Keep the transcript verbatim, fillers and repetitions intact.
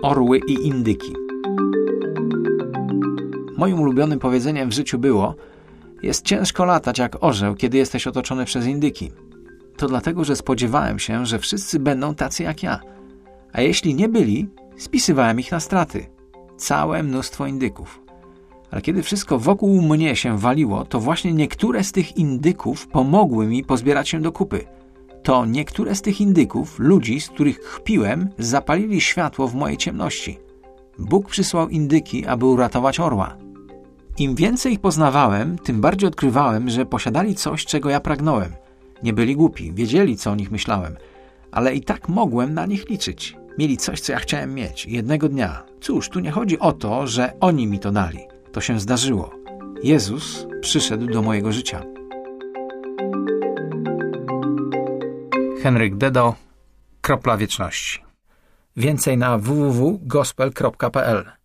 Orły i indyki. Moim ulubionym powiedzeniem w życiu było: jest ciężko latać jak orzeł, kiedy jesteś otoczony przez indyki. To dlatego, że spodziewałem się, że wszyscy będą tacy jak ja. A jeśli nie byli, spisywałem ich na straty. Całe mnóstwo indyków. Ale kiedy wszystko wokół mnie się waliło, to właśnie niektóre z tych indyków pomogły mi pozbierać się do kupy. To niektóre z tych indyków, ludzi, z których kpiłem, zapalili światło w mojej ciemności. Bóg przysłał indyki, aby uratować orła. Im więcej ich poznawałem, tym bardziej odkrywałem, że posiadali coś, czego ja pragnąłem. Nie byli głupi, wiedzieli, co o nich myślałem, ale i tak mogłem na nich liczyć. Mieli coś, co ja chciałem mieć. Jednego dnia. Cóż, tu nie chodzi o to, że oni mi to dali. To się zdarzyło. Jezus przyszedł do mojego życia. Henryk Dedo, Kropla Wieczności. Więcej na w w w kropka gospel kropka p l.